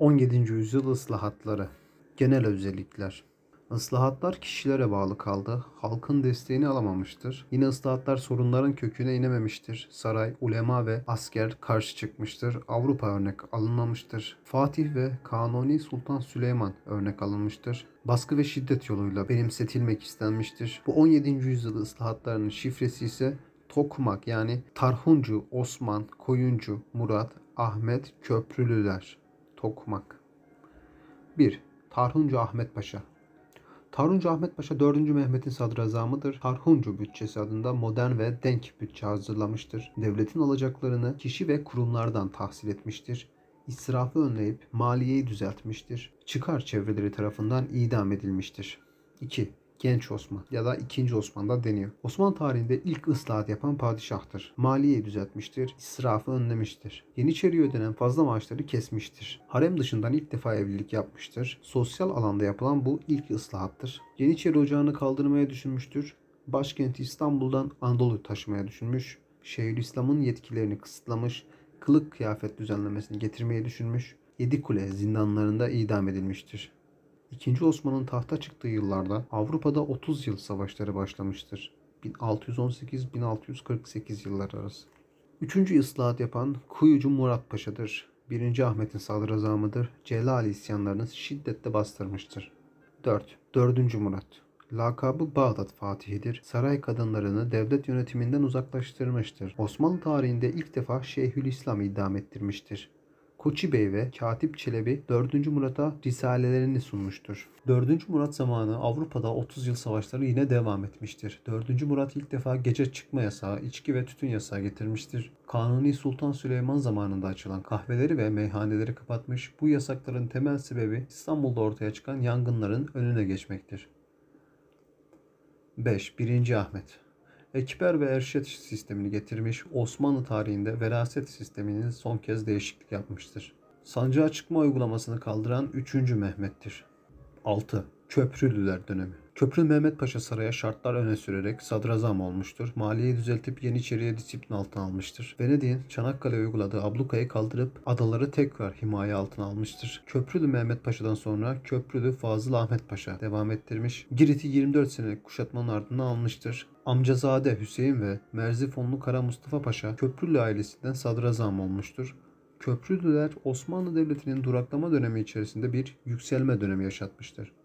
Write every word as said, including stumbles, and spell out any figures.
on yedinci yüzyıl ıslahatları. Genel özellikler. Islahatlar kişilere bağlı kaldı. Halkın desteğini alamamıştır. Yine ıslahatlar sorunların köküne inememiştir. Saray, ulema ve asker karşı çıkmıştır. Avrupa örnek alınmamıştır. Fatih ve Kanuni Sultan Süleyman örnek alınmıştır. Baskı ve şiddet yoluyla benimsetilmek istenmiştir. Bu on yedinci yüzyıl ıslahatlarının şifresi ise Tokmak yani Tarhuncu, Osman, Koyuncu, Murat, Ahmet, Köprülüler. Tokmak. bir. Tarhuncu Ahmet Paşa. Tarhuncu Ahmet Paşa dördüncü. Mehmet'in sadrazamıdır. Tarhuncu bütçesi adında modern ve denk bütçe hazırlamıştır. Devletin alacaklarını kişi ve kurumlardan tahsil etmiştir. İsrafı önleyip maliyeyi düzeltmiştir. Çıkar çevreleri tarafından idam edilmiştir. iki. Genç Osman ya da ikinci Osman da deniyor. Osmanlı tarihinde ilk ıslahat yapan padişahtır. Maliyeyi düzeltmiştir, israfı önlemiştir. Yeniçeriye ödenen fazla maaşları kesmiştir. Harem dışından ilk defa evlilik yapmıştır. Sosyal alanda yapılan bu ilk ıslahattır. Yeniçeri ocağını kaldırmaya düşünmüştür. Başkenti İstanbul'dan Anadolu'ya taşımaya düşünmüş. Şeyhülislam'ın yetkilerini kısıtlamış. Kılık kıyafet düzenlemesini getirmeyi düşünmüş. Yedikule zindanlarında idam edilmiştir. İkinci Osman'ın tahta çıktığı yıllarda Avrupa'da otuz yıl savaşları başlamıştır. bin altı yüz on sekiz bin altı yüz kırk sekiz yılları arası. Üçüncü ıslahat yapan Kuyucu Murat Paşa'dır. birinci. Ahmet'in sadrazamıdır. Celali isyanlarını şiddetle bastırmıştır. dört. dördüncü. Murat. Lakabı Bağdat Fatihi'dir. Saray kadınlarını devlet yönetiminden uzaklaştırmıştır. Osmanlı tarihinde ilk defa Şeyhülislam idam ettirmiştir. Koçi Bey ve Katip Çelebi dördüncü. Murat'a risalelerini sunmuştur. dördüncü. Murat zamanı Avrupa'da otuz yıl savaşları yine devam etmiştir. dördüncü. Murat ilk defa gece çıkma yasağı, içki ve tütün yasağı getirmiştir. Kanuni Sultan Süleyman zamanında açılan kahveleri ve meyhaneleri kapatmış. Bu yasakların temel sebebi İstanbul'da ortaya çıkan yangınların önüne geçmektir. beş. birinci. Ahmet. Ekber ve Erşet sistemini getirmiş, Osmanlı tarihinde veraset sisteminin son kez değişiklik yapmıştır. Sancağa çıkma uygulamasını kaldıran üçüncü. Mehmet'tir. altı. Köprülüler dönemi. Köprülü Mehmet Paşa saraya şartlar öne sürerek sadrazam olmuştur. Maliyeyi düzeltip Yeniçeriye disiplin altına almıştır. Venedik'in Çanakkale uyguladığı ablukayı kaldırıp adaları tekrar himaye altına almıştır. Köprülü Mehmet Paşa'dan sonra Köprülü Fazıl Ahmet Paşa devam ettirmiş. Girit'i yirmi dört senelik kuşatmanın ardından almıştır. Amcazade Hüseyin ve Merzifonlu Kara Mustafa Paşa Köprülü ailesinden sadrazam olmuştur. Köprülüler Osmanlı Devleti'nin duraklama dönemi içerisinde bir yükselme dönemi yaşatmıştır.